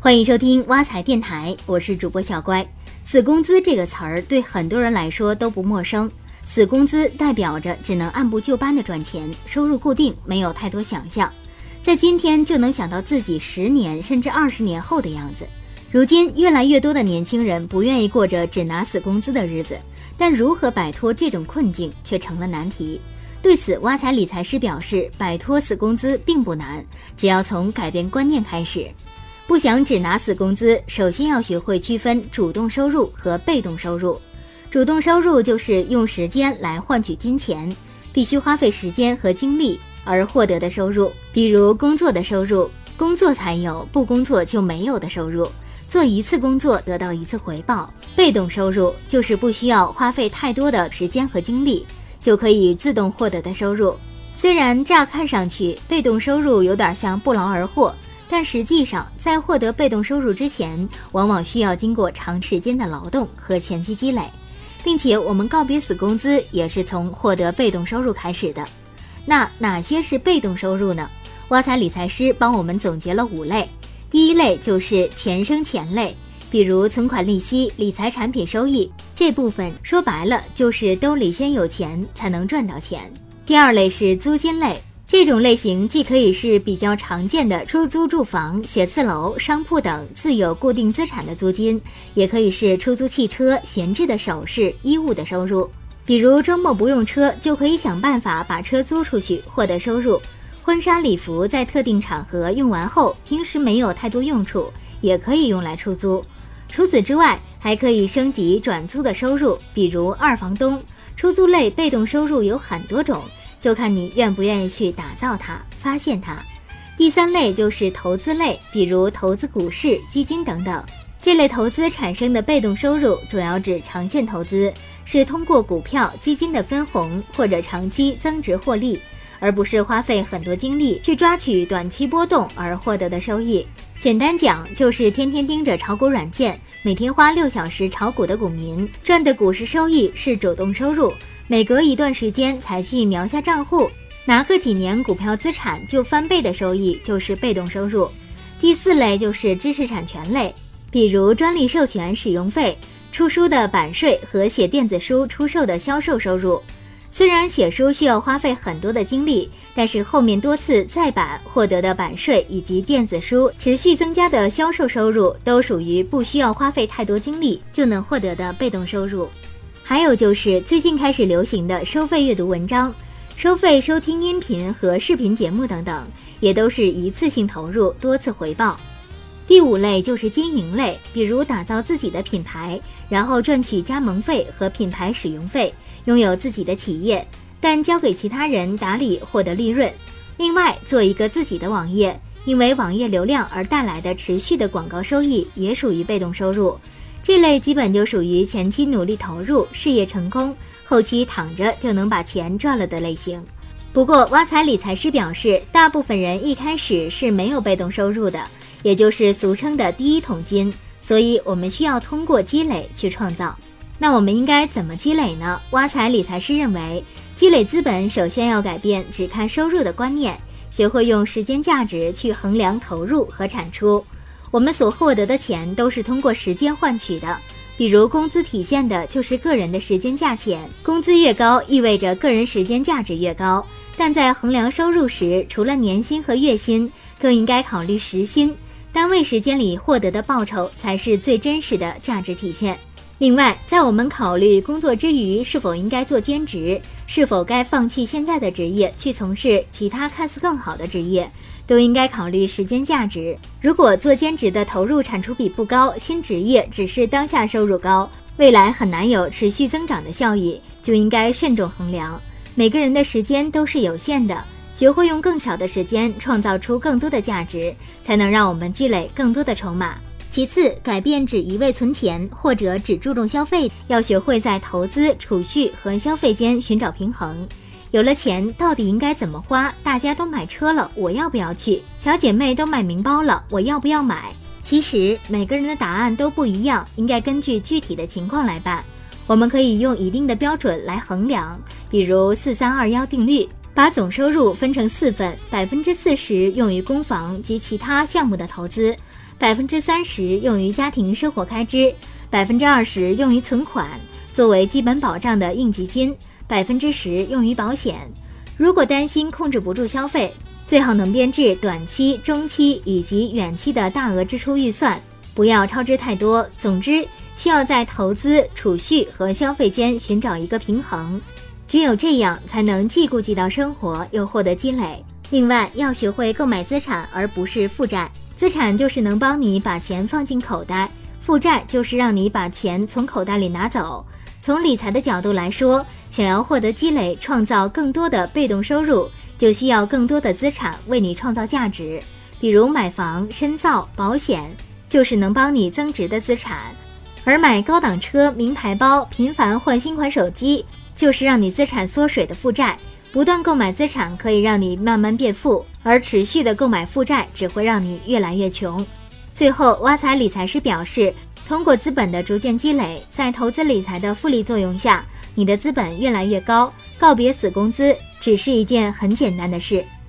欢迎收听挖财电台，我是主播小乖。死工资这个词儿对很多人来说都不陌生，死工资代表着只能按部就班的赚钱，收入固定，没有太多想象，在今天就能想到自己10年甚至20年后的样子。如今越来越多的年轻人不愿意过着只拿死工资的日子，但如何摆脱这种困境却成了难题。对此，挖财理财师表示，摆脱死工资并不难，只要从改变观念开始。不想只拿死工资，首先要学会区分主动收入和被动收入。主动收入就是用时间来换取金钱，必须花费时间和精力而获得的收入，比如工作的收入，工作才有，不工作就没有的收入，做一次工作得到一次回报。被动收入就是不需要花费太多的时间和精力，就可以自动获得的收入。虽然乍看上去被动收入有点像不劳而获，但实际上在获得被动收入之前，往往需要经过长时间的劳动和前期积累，并且我们告别死工资也是从获得被动收入开始的。那哪些是被动收入呢？挖财理财师帮我们总结了5类。第一类就是钱生钱类，比如存款利息、理财产品收益，这部分说白了就是兜里先有钱才能赚到钱。第二类是租金类，这种类型既可以是比较常见的出租住房、写字楼、商铺等自有固定资产的租金，也可以是出租汽车、闲置的首饰、衣物的收入。比如周末不用车，就可以想办法把车租出去获得收入。婚纱礼服在特定场合用完后，平时没有太多用处，也可以用来出租。除此之外，还可以升级转租的收入，比如二房东。出租类被动收入有很多种，就看你愿不愿意去打造它、发现它。第三类就是投资类，比如投资股市、基金等等。这类投资产生的被动收入主要指长线投资，是通过股票、基金的分红或者长期增值获利，而不是花费很多精力去抓取短期波动而获得的收益。简单讲，就是天天盯着炒股软件，每天花6小时炒股的股民，赚的股市收益是主动收入，每隔一段时间才去瞄下账户，拿个几年股票资产就翻倍的收益就是被动收入。第4类就是知识产权类，比如专利授权使用费、出书的版税和写电子书出售的销售收入。虽然写书需要花费很多的精力，但是后面多次再版获得的版税以及电子书持续增加的销售收入，都属于不需要花费太多精力就能获得的被动收入。还有就是最近开始流行的收费阅读文章、收费收听音频和视频节目等等，也都是一次性投入，多次回报。第5类就是经营类，比如打造自己的品牌，然后赚取加盟费和品牌使用费，拥有自己的企业，但交给其他人打理获得利润。另外做一个自己的网页，因为网页流量而带来的持续的广告收益也属于被动收入。这类基本就属于前期努力投入，事业成功，后期躺着就能把钱赚了的类型。不过挖财理财师表示，大部分人一开始是没有被动收入的，也就是俗称的第一桶金，所以我们需要通过积累去创造。那我们应该怎么积累呢？挖财理财师认为，积累资本首先要改变只看收入的观念，学会用时间价值去衡量投入和产出。我们所获得的钱都是通过时间换取的，比如工资体现的就是个人的时间价钱，工资越高意味着个人时间价值越高。但在衡量收入时，除了年薪和月薪，更应该考虑时薪，单位时间里获得的报酬才是最真实的价值体现。另外，在我们考虑工作之余是否应该做兼职，是否该放弃现在的职业去从事其他看似更好的职业，都应该考虑时间价值。如果做兼职的投入产出比不高，新职业只是当下收入高，未来很难有持续增长的效益，就应该慎重衡量。每个人的时间都是有限的，学会用更少的时间创造出更多的价值，才能让我们积累更多的筹码。其次，改变只一味存钱或者只注重消费，要学会在投资、储蓄和消费间寻找平衡。有了钱，到底应该怎么花？大家都买车了，我要不要去？小姐妹都买名包了，我要不要买？其实每个人的答案都不一样，应该根据具体的情况来办。我们可以用一定的标准来衡量，比如4321定律，把总收入分成4份，40%用于公房及其他项目的投资 30%用于家庭生活开支，20%用于存款，作为基本保障的应急金，10%用于保险。如果担心控制不住消费，最好能编制短期、中期以及远期的大额支出预算，不要超支太多。总之，需要在投资、储蓄和消费间寻找一个平衡，只有这样才能既顾及到生活，又获得积累。另外，要学会购买资产而不是负债。资产就是能帮你把钱放进口袋，负债就是让你把钱从口袋里拿走。从理财的角度来说，想要获得积累，创造更多的被动收入，就需要更多的资产为你创造价值。比如买房、深造、保险，就是能帮你增值的资产。而买高档车、名牌包、频繁换新款手机，就是让你资产缩水的负债。不断购买资产可以让你慢慢变富，而持续的购买负债只会让你越来越穷。最后，挖财理财师表示，通过资本的逐渐积累，在投资理财的复利作用下，你的资本越来越高，告别死工资只是一件很简单的事。